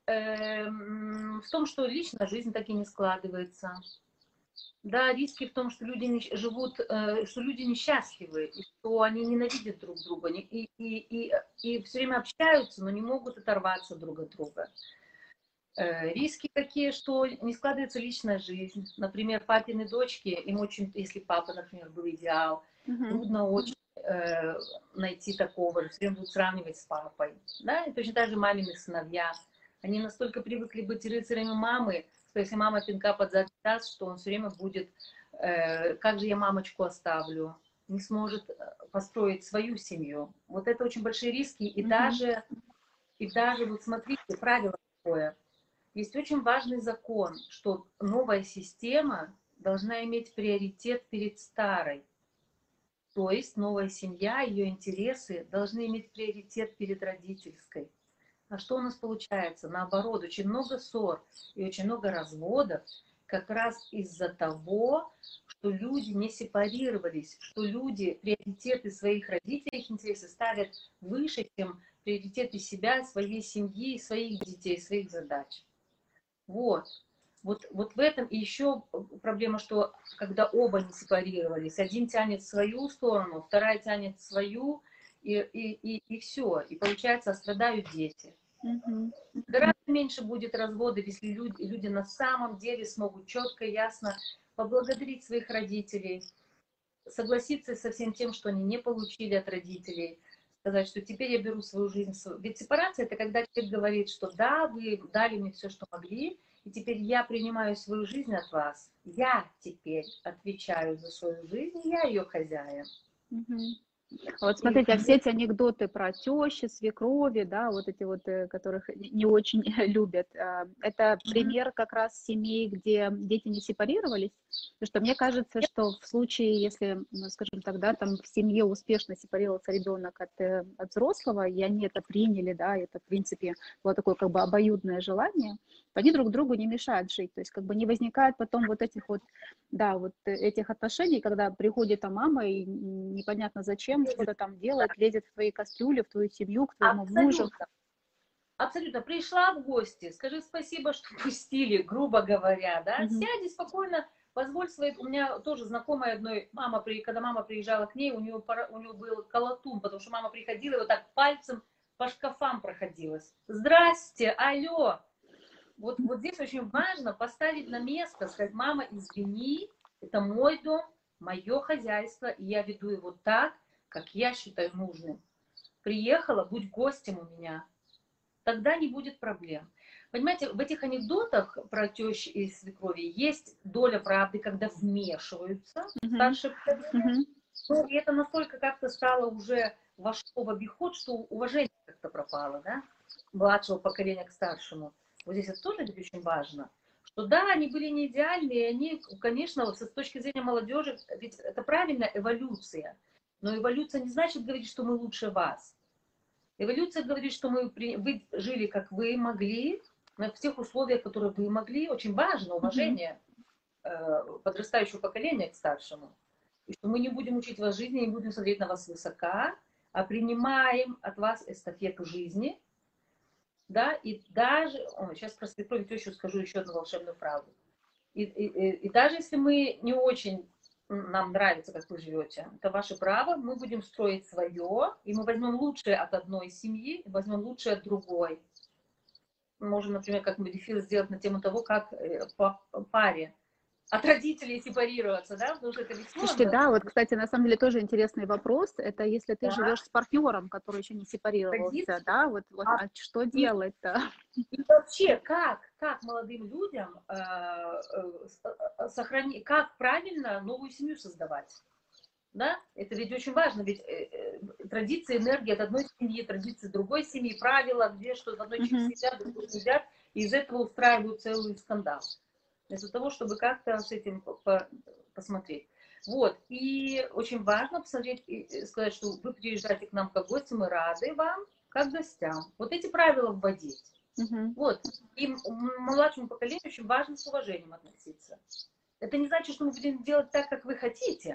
В том, что личная жизнь так и не складывается. Да, риски в том, что люди не живут, что люди несчастливы, и что они ненавидят друг друга, и все время общаются, но не могут оторваться друг от друга. Риски такие, что не складывается личная жизнь. Например, папины дочки, им очень, если папа, например, был идеал, трудно очень найти такого, все время будут сравнивать с папой. Да? И точно так же мамины сыновья. Они настолько привыкли быть рыцарями мамы, что если мама пинка под зад даст, что он все время будет, как же я мамочку оставлю, не сможет построить свою семью. Вот это очень большие риски. И даже вот смотрите, правило такое. Есть очень важный закон, что новая система должна иметь приоритет перед старой. То есть новая семья, ее интересы должны иметь приоритет перед родительской. А что у нас получается? Наоборот, очень много ссор и очень много разводов как раз из-за того, что люди не сепарировались, что люди приоритеты своих родителей, их интересы ставят выше, чем приоритеты себя, своей семьи, своих детей, своих задач. Вот в этом и еще проблема, что когда оба не сепарировались, один тянет в свою сторону, вторая тянет в свою, и все. И получается, страдают дети. Гораздо меньше будет разводов, если люди на самом деле смогут четко и ясно поблагодарить своих родителей, согласиться со всем тем, что они не получили от родителей, сказать, что теперь я беру свою жизнь. Ведь сепарация — это когда человек говорит, что да, вы дали мне все, что могли, и теперь я принимаю свою жизнь от вас. Я теперь отвечаю за свою жизнь, я ее хозяин. Вот смотрите, а все эти анекдоты про тещи, свекрови, да, вот эти вот, которых не очень любят, это Мгм. пример как раз семей, где дети не сепарировались? Потому что мне кажется, что в случае, если, ну, скажем так, да, там в семье успешно сепарировался ребенок от взрослого, и они это приняли, да, это, в принципе, было такое как бы обоюдное желание, то они друг другу не мешают жить, то есть как бы не возникает потом вот этих вот, да, вот этих отношений, когда приходит там мама и непонятно зачем, что-то там Да, делает, лезет в твои кастрюли, в твою семью, к твоему мужу. абсолютно. Абсолютно. Пришла в гости, скажи спасибо, что пустили, грубо говоря, да. Мгм. Сяди спокойно, позволь своей... У меня тоже знакомая одной мама, когда мама приезжала к ней, у нее был колотун, потому что мама приходила и вот так пальцем по шкафам проходилась. Здрасте, алло. Вот здесь очень важно поставить на место, сказать, мама, извини, это мой дом, мое хозяйство, и я веду его так, как я считаю нужным. Приехала, будь гостем у меня, тогда не будет проблем. Понимаете, в этих анекдотах про тещ и свекрови есть доля правды, когда вмешиваются Мгм. старшие поколения. Мгм. Ну, и это настолько как-то стало уже вошло в обиход, что уважение как-то пропало, да, младшего поколения к старшему. Вот здесь это тоже ведь очень важно, что да, они были не идеальны, и они, конечно, вот с точки зрения молодежи, ведь это правильная эволюция, но эволюция не значит говорить, что мы лучше вас. Эволюция говорит, что вы жили, как вы могли, в тех условиях, которые вы могли. Очень важно Мгм. уважение подрастающего поколения к старшему. И что мы не будем учить вас жизни, не будем смотреть на вас свысока, а принимаем от вас эстафету жизни. Да, и даже, сейчас про свекровь и тещу скажу еще одну волшебную фразу. И даже если мы не очень нам нравится, как вы живете, это ваше право, мы будем строить свое, и мы возьмем лучшее от одной семьи, и возьмем лучшее от другой. Мы можем, например, как-нибудь эфир сделать на тему того, как по паре от родителей сепарироваться, да, потому что это ведь Слушайте, сложно. да, вот, кстати, на самом деле тоже интересный вопрос. Это если ты Да, живешь с партнером, который еще не сепарировался, традиции. да, вот, А, а что и, делать-то? и вообще, как молодым людям сохранить, как правильно новую семью создавать? Да? Это ведь очень важно, ведь традиция, энергия от одной семьи, традиции другой семьи, правила, где что в одной Мгм. сидят, другой сидят, и из этого устраивают целый скандал. Вместо того, чтобы как-то с этим посмотреть. Вот, и очень важно посмотреть и сказать, что вы приезжаете к нам как гости, мы рады вам, как гостям. Вот эти правила вводить. Мгм. Вот, и младшему поколению очень важно с уважением относиться. Это не значит, что мы будем делать так, как вы хотите,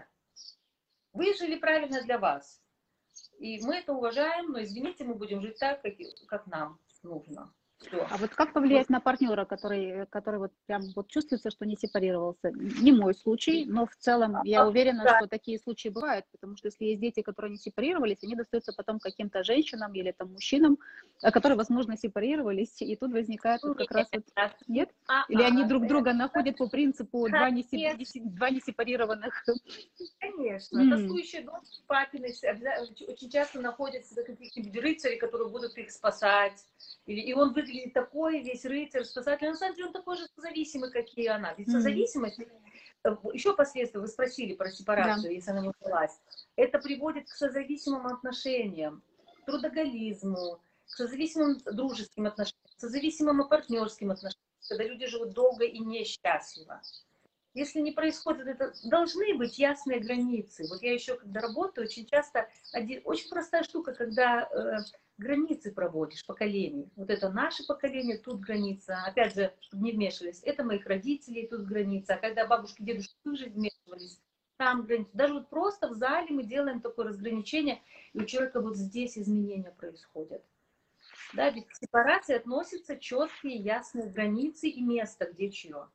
вы жили правильно для вас. И мы это уважаем, но извините, мы будем жить так, как нам нужно. Все. А вот как Вот, повлиять на партнера, который вот прям вот чувствуется, что не сепарировался? Не мой случай, но в целом я уверена, да, что такие случаи бывают, потому что если есть дети, которые не сепарировались, они достаются потом каким-то женщинам или там мужчинам, которые, возможно, сепарировались, и тут возникает вот как раз вот нет? Или они друг друга находят по принципу конечно, два несепарированных. конечно. М. Тоскующие дочки папины очень часто находятся за каких-нибудь рыцарей, которые будут их спасать. И он выглядит такой, весь рыцарь, спасатель. Но на самом деле он такой же созависимый, как и она. Ведь М. созависимость, еще последствия, вы спросили про Да. сепарацию, если она не удалась, это приводит к созависимым отношениям, к трудоголизму, к созависимым дружеским отношениям, к созависимым и партнерским отношениям, когда люди живут долго и несчастливо. Если не происходит это, должны быть ясные границы. Вот я еще, когда работаю, очень часто, очень простая штука, когда границы проводишь поколений. Вот это наше поколение, тут граница. Опять же, не вмешивались. Это моих родителей, тут граница. А когда бабушки, дедушки тоже вмешивались, там граница. Даже вот просто в зале мы делаем такое разграничение, и у человека вот здесь изменения происходят. Да, ведь к сепарации относятся четкие, ясные границы и место, где чье.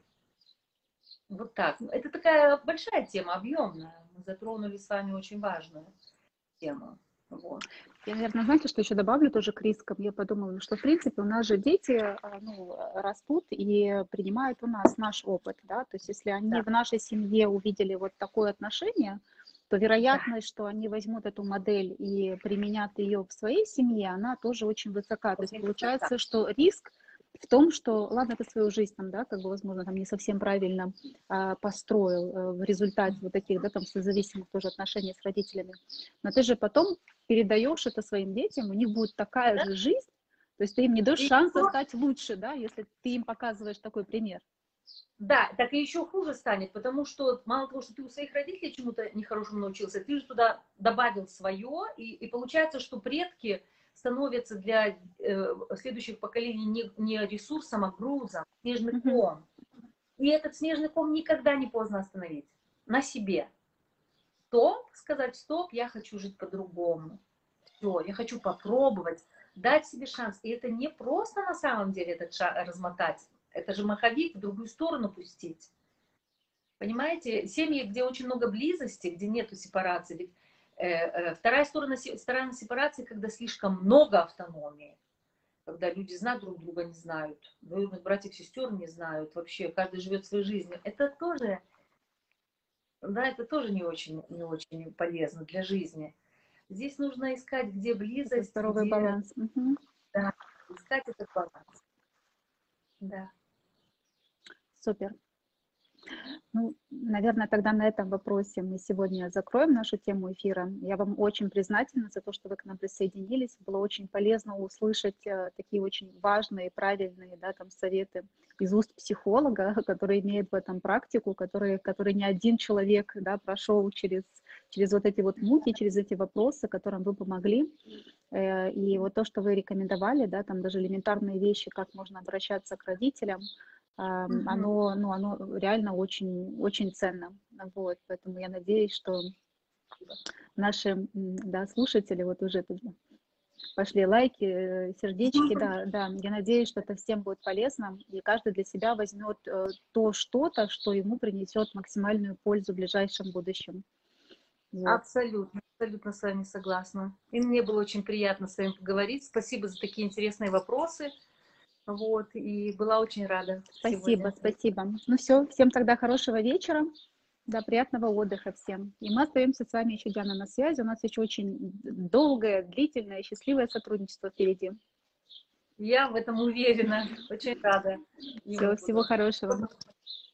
Вот так. Это такая большая тема, объемная. Мы затронули с вами очень важную тему. Вот. Я, наверное, знаете, что еще добавлю тоже к рискам? Я подумала, что, в принципе, у нас же дети ну, растут и принимают у нас наш опыт, да, то есть если они Да, в нашей семье увидели вот такое отношение, то да, вероятность, что они возьмут эту модель и применят ее в своей семье, она тоже очень высока. То есть очень высоко. получается, что риск в том, что, ладно, ты свою жизнь там, да, как бы, возможно, там не совсем правильно построил в результате вот таких, да, там, созависимых тоже отношений с родителями, но ты же потом передаешь это своим детям, у них будет такая же жизнь, то есть ты им не даешь И шанса еще, стать лучше, да, если ты им показываешь такой пример. да, так и еще хуже станет, потому что мало того, что ты у своих родителей чему-то нехорошему научился, ты же туда добавил свое, и получается, что предки становятся для следующих поколений не ресурсом, а грузом, снежный Мгм. ком. И этот снежный ком никогда не поздно остановить на себе. Стоп, сказать стоп, я хочу жить по-другому. Все, я хочу попробовать, дать себе шанс. И это не просто на самом деле этот размотать. Это же маховик в другую сторону пустить. Понимаете, семьи, где очень много близости, где нету сепарации, ведь сторона сепарации, когда слишком много автономии, когда люди знают друг друга, не знают, двоюродных братьев, сестер не знают, вообще каждый живет своей жизнью. Это тоже, да, это тоже не очень полезно для жизни. Здесь нужно искать, где Такой близость, здоровый где, баланс. Мгм. да, искать этот баланс. Да. Супер. Ну, наверное, тогда на этом вопросе мы сегодня закроем нашу тему эфира. Я вам очень признательна за то, что вы к нам присоединились. Было очень полезно услышать такие очень важные, правильные, да, там, советы из уст психолога, который имеет в этом практику, который не один человек, да, прошел через вот эти вот муки, через эти вопросы, которым вы помогли. И вот то, что вы рекомендовали, да, там даже элементарные вещи, как можно обращаться к родителям, Мгм. оно реально очень, очень ценно. Вот, поэтому я надеюсь, что наши да, слушатели вот уже тут пошли лайки, сердечки, да, да. Я надеюсь, что это всем будет полезно, и каждый для себя возьмет то что-то, что ему принесет максимальную пользу в ближайшем будущем. Вот. Абсолютно, абсолютно с вами согласна. И мне было очень приятно с вами поговорить. Спасибо за такие интересные вопросы. Вот, и была очень рада Спасибо, сегодня. спасибо. Ну все, всем тогда хорошего вечера. Да, приятного отдыха всем. И мы остаемся с вами еще, Диана, на связи. У нас еще очень долгое, длительное, счастливое сотрудничество впереди. Я в этом уверена. Очень рада Все, ему всего было. хорошего.